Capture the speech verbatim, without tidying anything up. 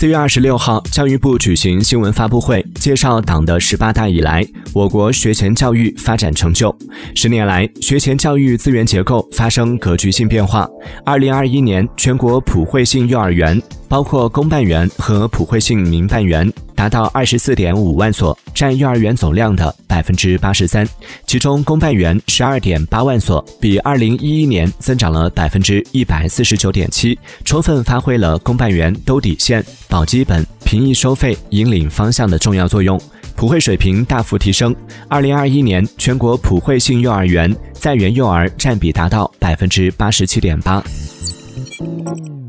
四月二十六号，教育部举行新闻发布会，介绍党的十八大以来我国学前教育发展成就。十年来，学前教育资源结构发生格局性变化。二零二一年，全国普惠性幼儿园，包括公办园和普惠性民办园，达到二十四点五万所，占幼儿园总量的百分之八十三。其中，公办园十二点八万所，比二零一一年增长了百分之一百四十九点七，充分发挥了公办园兜底线、保基本、平抑收费、引领方向的重要作用，普惠水平大幅提升。二零二一年，全国普惠性幼儿园在园幼儿占比达到百分之八十七点八。